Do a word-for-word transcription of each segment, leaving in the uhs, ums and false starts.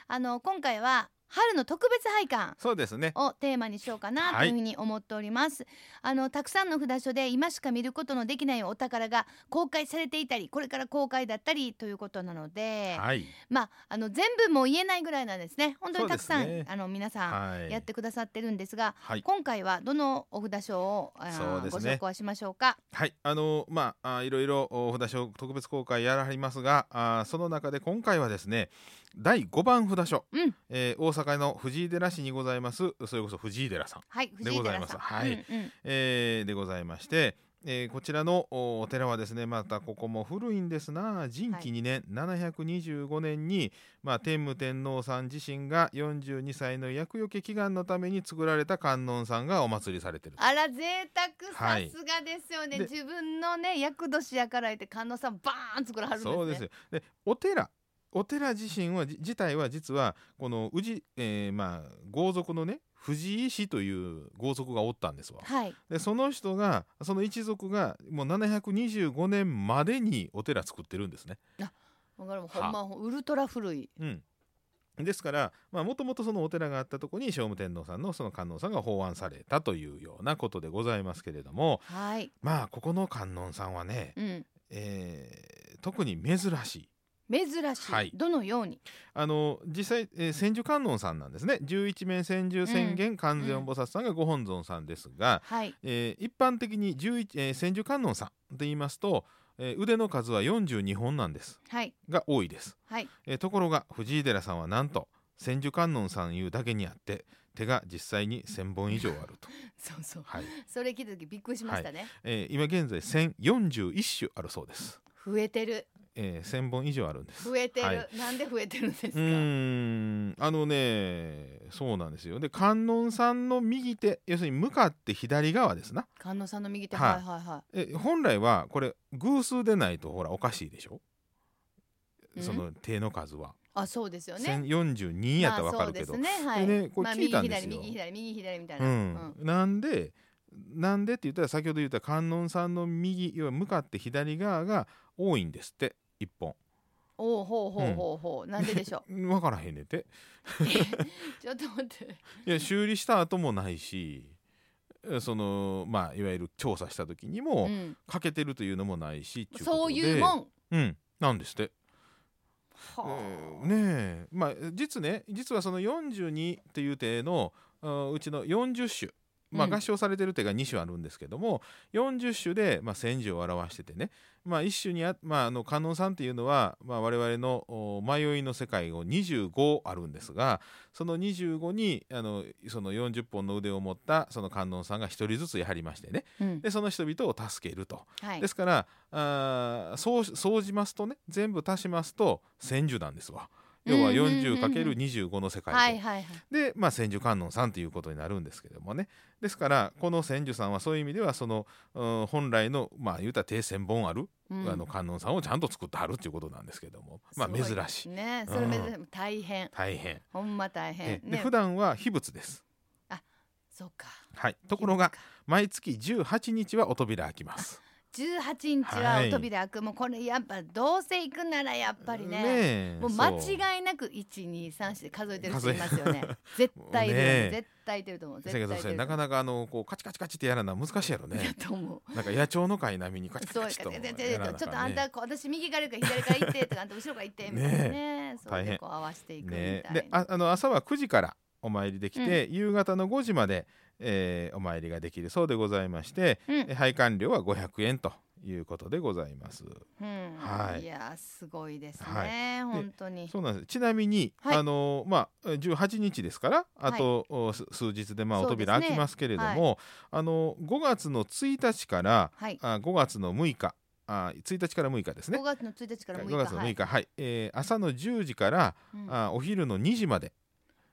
あの今回は春の特別拝観そうですねをテーマにしようかなというふうに思っております、はい、あのたくさんの札所で今しか見ることのできないお宝が公開されていたりこれから公開だったりということなので、 はい、 まあ、あの全部も言えないぐらいなんですね。本当にたくさん、 ね、 あの皆さんやってくださってるんですが、 はい、 今回はどのお札所を、そうですね、ご紹介しましょうか。 はい、あのまああいろいろお札所特別公開やられますが、あその中で今回はですねだいごばん札所、うんえー、大阪の藤井寺市にございますそれこそ藤井寺さんでございます。はい、うんうんえー、でございまして、えー、こちらのお寺はですねまたここも古いんですな。仁紀にねん、はい、ななひゃくにじゅうごねんに、まあ、天武天皇さん自身がよんじゅうにさいの厄除け祈願のために作られた観音さんがお祭りされてる。 あら贅沢、さすがですよね。自分のね厄年やから言って観音さんバーン作らはるんですね。 そうですよ。でお寺お寺自身は自体は実はこの宇治、えー、まあ豪族のね藤井氏という豪族がおったんですわ、はい、でその人がその一族がもうななひゃくにじゅうごねんまでにお寺作ってるんですね。 あ、ほんまウルトラ古い、 うんですからもともとそのお寺があったところに聖武天皇さんのその観音さんが奉安されたというようなことでございますけれども、はい、まあここの観音さんはね、うんえー、特に珍しい珍しい、はい、どのようにあの実際、えー、千手観音さんなんですね。十一面千手千眼観世音菩薩さんがご本尊さんですが、うんうんえー、一般的にじゅういち、えー、千手観音さんと言いますと、えー、腕の数はよんじゅうにほんなんです、はい、が多いです、はいえー、ところが藤井寺さんはなんと千手観音さんいうだけにあって手が実際にせんぼん以上あるとそうそう、はい、それ聞いた時びっくりしましたね、はいえー、今現在せんよんじゅういっしゅあるそうです。 増えてるえー、せんぼん以上あるんです。 増えてる、はい、なんで増えてるんですか。うーんあのねそうなんですよ。で観音さんの右手要するに向かって左側ですな。 観音さんの右手、はい、はいはいはいえ本来はこれ偶数でないとほらおかしいでしょ。その手の数はあそうですよね。 せんよんじゅうにやったらわかるけど、まあ、そうですね、はい、でねこれ聞いたんですよ、 まあ、右左右左右左みたいな、 うんうん、なんでなんでって言ったら先ほど言った観音さんの右要は向かって左側が多いんですっていっぽん。 おうほうほうほうほう、うん、なんででしょう分からへんねってちょっと待っていや修理した後もないしそのまあいわゆる調査した時にも、うん、欠けてるというのもないしそういうもん、 うん、なんですって。はあ、えー、ねえまあ実ね実はそのよんじゅうにっていう手のうちのよんじゅっしゅまあ、合唱されてる手がに種あるんですけども、うん、よんじゅっしゅで、まあ、千手を表しててね、まあ、一種にあ、まあ、あの観音さんっていうのは、まあ、我々の迷いの世界をにじゅうごあるんですがそのにじゅうごにあのそのよんじゅっぽんの腕を持ったその観音さんがひとりずつやはりましてね、うん、でその人々を助けると、はい、ですからあそう総じますとね全部足しますと千手なんですわ。要は よんじゅうかけるにじゅうご の世界で、はいはいはい、で、まあ、千手観音さんということになるんですけどもね。ですからこの千手さんはそういう意味ではその、うん、本来のまあ言うたら手せんぼんある、うん、あの観音さんをちゃんと作ってはるっていうことなんですけども、まあ珍しいね。それ珍しい、うん、大変大変ほんま大変、 で、ね、普段は秘仏です。 あそうか、 はい、ところが毎月じゅうはちにちはお扉開きます。 じゅうはちにちはお扉開く、はい、もうこれやっぱどうせ行くならやっぱり ね, ねもう間違いなくいちにさんよんで数えてる人いますよね絶対いる、ね、絶対いてると思う。絶対いてると思う。 なかなかあのこうカチカチカチってやらな難しいやろね。 やと思う。 なんか野鳥の会並みにカチカチカチとやらな、ね、 ちょっとあんた私右から行くか左から行ってとかあんた後ろから行ってみたいな ね, ねそういうこう合わせていくみたいな、ね、 でああの朝はくじからお参りできて、うん、夕方のごじまで、えー、お参りができるそうでございまして、うん、拝観料はごひゃくえんということでございます、うんはい、 いやすごいですね、はい、本当にそうなんです。ちなみに、はい、あのまあ、じゅうはちにちですからあと、はい、数日で、まあ、お扉開きますけれども、ねはい、あのごがつのついたちから、はい、あごがつのむいかあついたちからむいかですね。 ごがつのついたちからむいか、 ごがつのむいか、はいはいえー、朝のじゅうじから、うん、あお昼のにじまで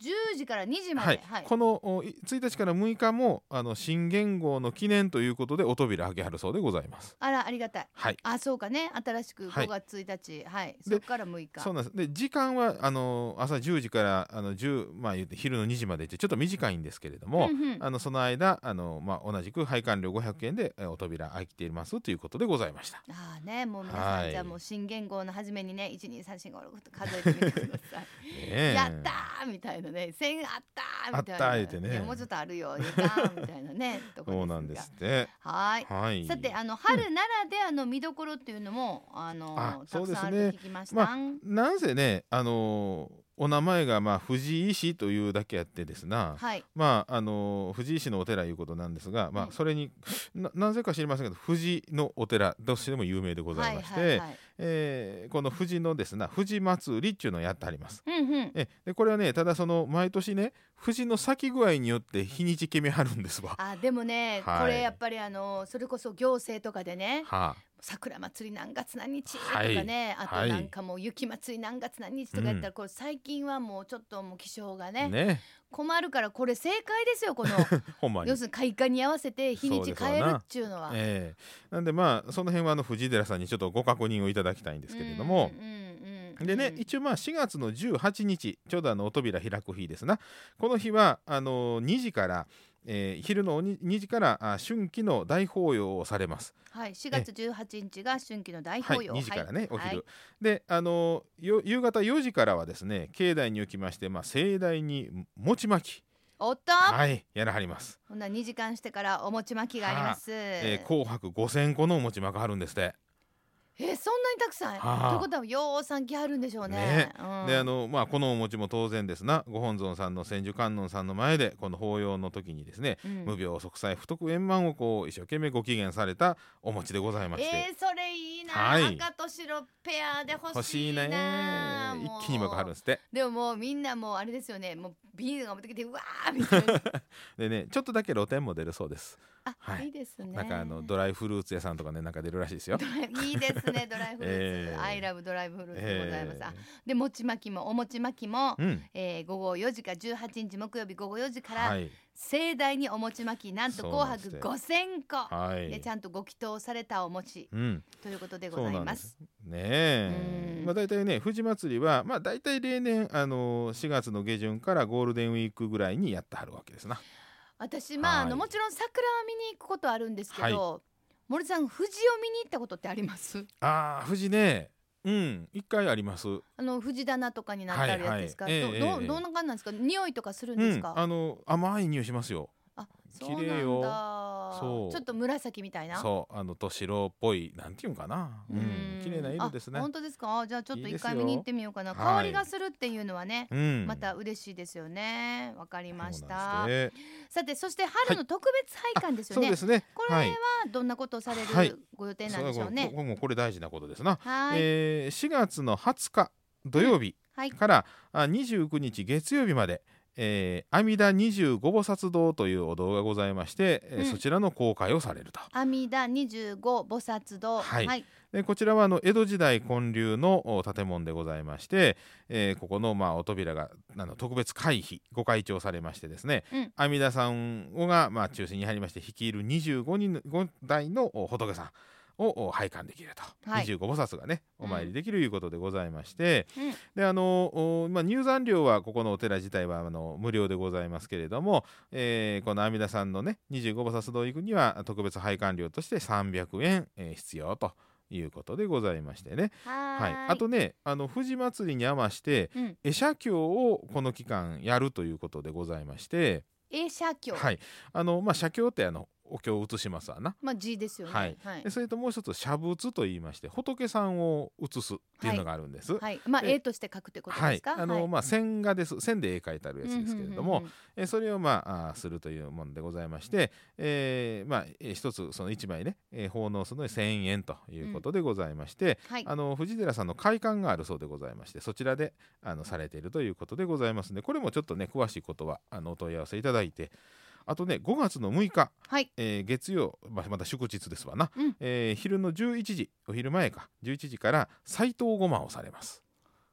じゅうじからにじまで、 はいはい、 このついたちからむいかもあの新元号の記念ということでお扉開けはるそうでございます。 あら、ありがたい。 はい、 あ、そうかね、新しくごがつついたち、はい、はい、そこからむいか。 そうなんです。で時間はあの朝じゅうじからあのじゅう、まあ、言って昼のにじまでってちょっと短いんですけれども、 うんうん、 あのその間あの、まあ、同じく拝観料ごひゃくえんでお扉開いていますということでございました。 あーね、もう皆さん、 はい、 じゃあもう新元号の初めにねいちにさんしごろくと数えてみてください。やったーみたいなね、せんあったーみたいな、 あったー言ってね、 いやもうちょっとあるよやったーみたいなねところですが、 そうなんですって。 はい、 はい、 さてあの春ならではの見どころっていうのも、うん、あのあたくさんあると聞きました。 まあ、なんせねあのーお名前がまあ藤井氏というだけあってですな、 はい、 まああのー、藤井氏のお寺いうことなんですが、まあ、それに な, なぜか知りませんけど藤のお寺としても有名でございまして、はいはいはい、えー、この藤のですな藤祭りっていうのをやってあります、 うんうん、 えでこれはねただその毎年ね藤の咲き具合によって日にち決めはるんですわ。 あでもね、はい、これやっぱりあのそれこそ行政とかでね、はあ、桜祭り何月何日とかね、はい、あとなんかもう雪祭り何月何日とかやったら、はい、これ最近はもうちょっともう気象が ね, ね困るから、これ正解ですよこのほんまに要するに開花に合わせて日にち変えるっていうのは、 えー、なんでまあその辺はあの藤寺さんにちょっとご確認をいただきたいんですけれども、うんうんうん、でね、うん、一応まあしがつのじゅうはちにちちょうどあのお扉開く日ですな。この日はあのにじから、えー、昼のにじからあ春季の大法要をされます。 はい、しがつじゅうはちにちが春季の大法要、 はい、にじからね、はい、お昼、 はい、 であの夕方よじからはですね境内におきまして、まあ、盛大に餅巻き、 おっと、 はい、やらはります。 ほんなにじかんしてからお餅巻きがあります、 えー、紅白ごせんこのお餅巻かはるんですって。 えー、そんなにたくさん、はあ、ということはようさん来はるんでしょう ね, ね、 うん、 であの、まあ、このお餅も当然ですな、ご本尊さんの千手観音さんの前でこの法要の時にですね、うん、無病息災不徳円満をこう一生懸命ご祈願されたお餅でございまして、 えー、それいいな、はい、赤と白ペアで欲しいな、欲しいね、 一気に巻かはるんですって。 でももうみんなもうあれですよね、もうビールが持ってきてうわーみたいなでねちょっとだけ露店も出るそうです。 あ、はい、いいですね。 なんかあのドライフルーツ屋さんとかねなんか出るらしいですよ。 いいですねドライフルーツ、えー、アイラブドライフルーツでございます、えー、で餅巻きもお餅巻きも、うん、えー、午後よじかじゅうはちにち木曜日午後よじから、はい、盛大にお餅巻きなんと紅白ごせんこ、はい、でちゃんとご祈祷されたお餅、うん、ということでございます。 ねえ、まあ、だいたいね藤祭りはまあだいたい例年あのしがつの下旬からゴールデンウィークぐらいにやってはるわけですな。 私まあ、はい、あのもちろん桜は見に行くことあるんですけど、はい、森さん藤を見に行ったことってあります？ あー藤ね、うん一回あります。 あの藤棚とかになってあるやつですか、はいはい、ど, えー、ど, どんな感じなんですか？匂いとかするんですか？ うん、あの甘い匂いしますよ。 あ、そうなんだ。そうちょっと紫みたいな、 そうあのと白っぽいなんていうんかな、うん、綺麗な色ですね。 本当ですか？じゃあちょっと一回見に行ってみようかな。香りがするっていうのはね、はい、また嬉しいですよね。わかりました。さてそして春の特別拝観ですよね、はい、そうですね。これはどんなことをされるご予定なんでしょうね。 はい、もうこれ大事なことですな。はい、えー、しがつのはつか土曜日からにじゅうくにち月曜日まで、えー、阿弥陀にじゅうご菩薩堂というお堂がございまして、うん、そちらの公開をされると。 阿弥陀にじゅうご菩薩堂、 はいはい、でこちらはあの江戸時代建立の建物でございまして、えー、ここのまあお扉があの特別会費ご開帳されましてですね、うん、阿弥陀さんがまあ中心に入りまして率いるにじゅうごにんご代の仏さんを拝観できると、はい、にじゅうご菩薩がねお参りできるということでございまして、うん、であの、まあ、入山料はここのお寺自体はあの無料でございますけれども、えー、この阿弥陀さんのねにじゅうご菩薩堂行くには特別拝観料としてさんびゃくえん、えー、必要ということでございましてね。はい、あとねあの藤祭りに合わせて、うん、会社経をこの期間やるということでございまして、 会社経、 はい、あのまあ社経ってあのお経を移しますわな。 まあ字ですよね。 はいはい、でそれともう一つ写仏と言いまして仏さんを写すっていうのがあるんです。 はいはい、まあ絵として描くってことですか？ はい、あの、はい、まあ線画です。線で絵描いてあるやつですけれども、うんうんうんうん、えそれをまああするというものでございまして、えー、まあ一つその一枚ね、えー、奉納するのにせんえんということでございまして、うんはい、あの藤寺さんの会館があるそうでございまして、そちらであのされているということでございますので、これもちょっとね詳しいことはあのお問い合わせいただいて。あとねごがつのむいか、はいえー、月曜、まあ、また祝日ですわな、うんえー、昼のじゅういちじお昼前かじゅういちじから斎藤ごまをされます。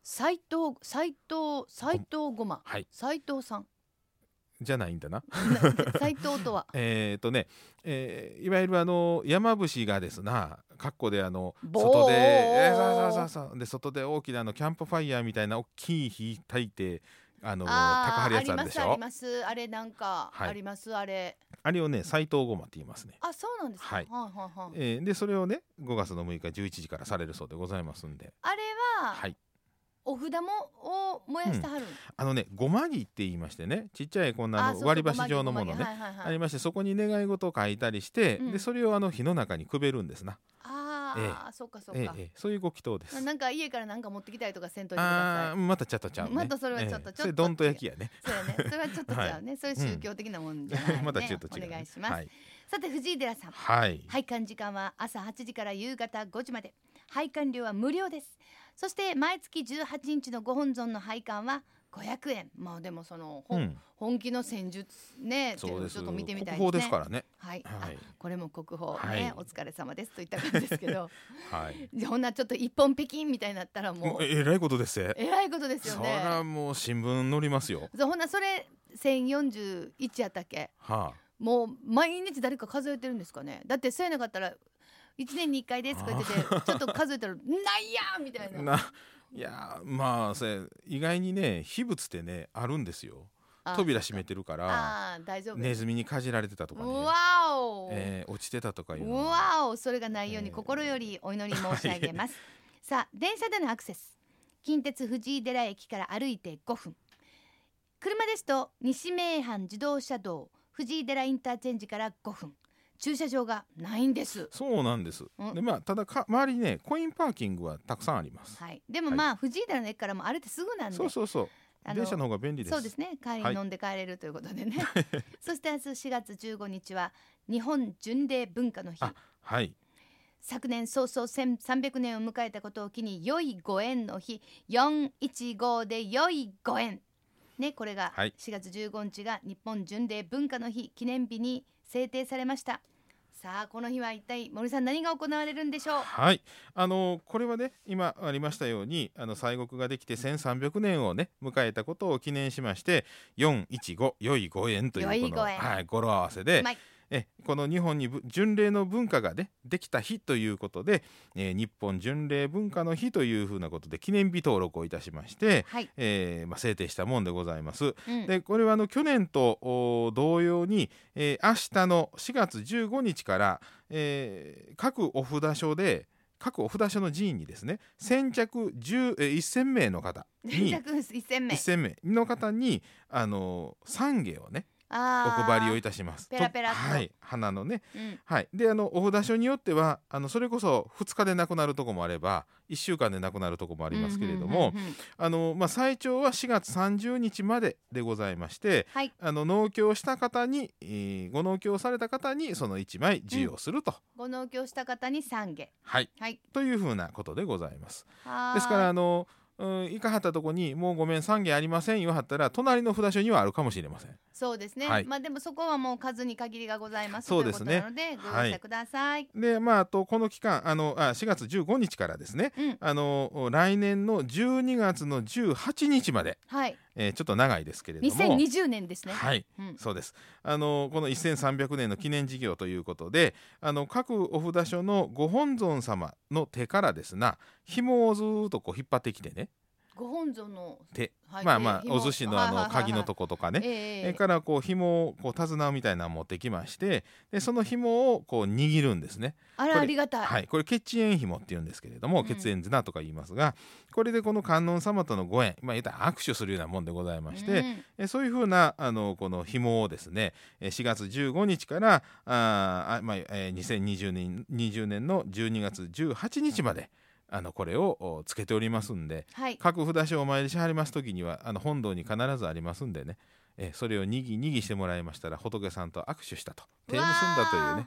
斉藤斉藤斉藤ごま、 はい、 斉藤さんじゃないんだな斉藤とはえっとね、えー、いわゆるあの山伏がですな、かっこであの外で、えー、そうそうそうそうで外で大きなあのキャンプファイヤーみたいな大きい火焚いてあの高張るやつあるでしょ。 ありますあります、あれなんか、はい、ありますあれあれをね斉藤ごまって言いますね。 あ、そうなんですか。 はい、はいはいはい、えー、でそれをねごがつのむいかじゅういちじからされるそうでございますんで、 あれは、 はい、 お札もを燃やしてはる、うん、 あのねごまぎって言いましてね、ちっちゃいこんなの割り箸状のものね、はいはいはい、ありまして、そこに願い事を書いたりして、うん、でそれをあの火の中にくべるんですな。 あ、ええ、そうかそうか、 ええ、そういうご祈祷です。 なんか家からなんか持ってきたりとかせんといてください。 あ、またちょっとちゃうね。 またそれはちょっと、ええ、ちょっとそれどんと焼きやね。 そうやね、それはちょっとちゃうね、はい、そういう宗教的なもんじゃないね、 またちょっと違う、ね、 お願いします、はい、さて藤井寺さん、 はい、 拝観時間は朝はちじから夕方ごじまで、拝観料は無料です。そして毎月じゅうはちにちのご本尊の拝観はごひゃくえん。まあでもその、うん、本気の戦術ねっていうのをちょっと見てみたいですね。 国宝ですからね。 はい、はい、これも国宝ね、はい、お疲れ様ですといった感じですけど、 はい、 じゃあほんなちょっと一本北京みたいになったらもうえらいことですよ。 えらいことですよね。 そりゃもう新聞載りますよ。 ほんなそれせんよんじゅういちやったっけ、はあ、もう毎日誰か数えてるんですかね。だってそうやなかったらいちねんにいっかいですとか言っててちょっと数えたらないやみたいなないやまあそれ意外にね秘仏ってねあるんですよ。扉閉めてるからあ大丈夫、 ネズミにかじられてたとかね、 わお、 えー、落ちてたとかいうのわお、それがないように心よりお祈り申し上げます、えー、さあ電車でのアクセス、近鉄藤井寺駅から歩いてごふん、車ですと西名阪自動車道藤井寺インターチェンジからごふん、駐車場がないんです。 そうなんです、うん、でまあただか周りにねコインパーキングはたくさんあります、 はい、でもまあ、はい、藤井寺の駅からも歩いてすぐなんで、 そうそうそう、電車の方が便利です。 そうですね、帰り飲んで帰れるということでね、はい、そして明日しがつじゅうごにちは日本巡礼文化の日、 はい、 昨年早々せんさんびゃくねんを迎えたことを機に良いご縁の日よんいちごで良いご縁ね、これがしがつじゅうごにちが日本巡礼文化の日記念日に制定されました。さあこの日は一体森さん何が行われるんでしょう。 はい、あのこれはね今ありましたようにあの西国ができてせんさんびゃくねんをね迎えたことを記念しましてよんいちご良いご縁というこの、はい、語呂合わせで、えこの日本に巡礼の文化が、ね、できた日ということで、えー、日本巡礼文化の日というふうなことで記念日登録をいたしまして、はい、えーまあ、制定したもんでございます、うん、でこれはあの去年と同様に、えー、明日のしがつじゅうごにちから、えー、各お札所で各お札所の寺院にですね先着せんめいの方にせんめいの方にあの懺悔をねお配りをいたします。 ペラペラっと、 はい、花のね、うん、はい、であのお札所によってはあのそれこそふつかで亡くなるとこもあればいっしゅうかんで亡くなるとこもありますけれども、あの、まあ、最長はしがつさんじゅうにちまででございまして、はい、あの納経した方に、えー、ご納経された方にそのいちまい授与すると、 うん、ご納経した方に懺悔、 はいはい、というふうなことでございます。ですからあのうん、行かはったとこにもうごめん懺悔ありませんよはったら隣の札所にはあるかもしれません。 そうですね、はい、まあでもそこはもう数に限りがございますそうですね、 ということなのでご容赦ください、 はい、でまああとこの期間あのあしがつじゅうごにちからですね、うん、あの来年のじゅうにがつのじゅうはちにちまで、はい、えー、ちょっと長いですけれどもにせんにじゅうねんですね。 はい、うん、そうです。あのこのせんさんびゃくねんの記念事業ということであの各お札所のご本尊様の手からですな紐をずっとこう引っ張ってきてね、 ご本尊の手、はい、まあまあお寿司のあの鍵のとことかね、えー、からこう紐をこう手綱みたいなのを持ってきまして、でその紐をこう握るんですね。 あらありがたい、 はい、これ血縁紐っていうんですけれども、うん、血縁綱とか言いますが、これでこの観音様とのご縁、まあ言ったら握手するようなもんでございまして、うん、えそういうふうなあのこの紐をですねしがつじゅうごにちからあ、まあえー、にせんにじゅうねんのじゅうにがつじゅうはちにちまであのこれをつけておりますんで、はい、各札所をお参りしはりますときにはあの本堂に必ずありますんでね、えそれをにぎにぎしてもらいましたら仏さんと握手したと手を結んだというね、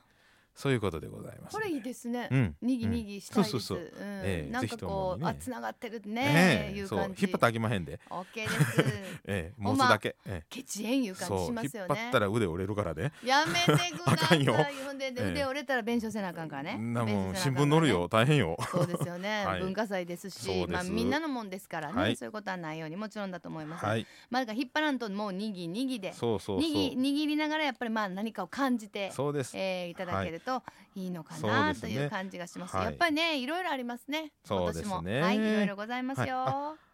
そういうことでございます、ね、 これいいですね、 うん、 にぎにぎしたいです、 そうそうそう、 うんえー、 なんかこう、ね、あつながってるね、 ね、 いう感じ。 そう引っ張ってあきまへんで OK です、 えー、持つだけ、 えー、ケチエンいう感じしますよね。 そう引っ張ったら腕折れるからね、 やめてください。ほんで、 えー、 腕折れたら弁償せなあかんからね。 なもう新聞載るよ、大変よ。 そうですよね、はい、文化祭ですしです、 まあ、みんなのもんですからね、はい、そういうことはないようにもちろんだと思います、はい、まあ、だから引っ張らんともうにぎにぎでそうそうそうにぎ握りながらやっぱりまあ何かを感じてそうです、 えー、いただけるといいのかな、はい、という感じがします、はい、やっぱりねいろいろありますね、今年も、はい、いろいろございますよ、はい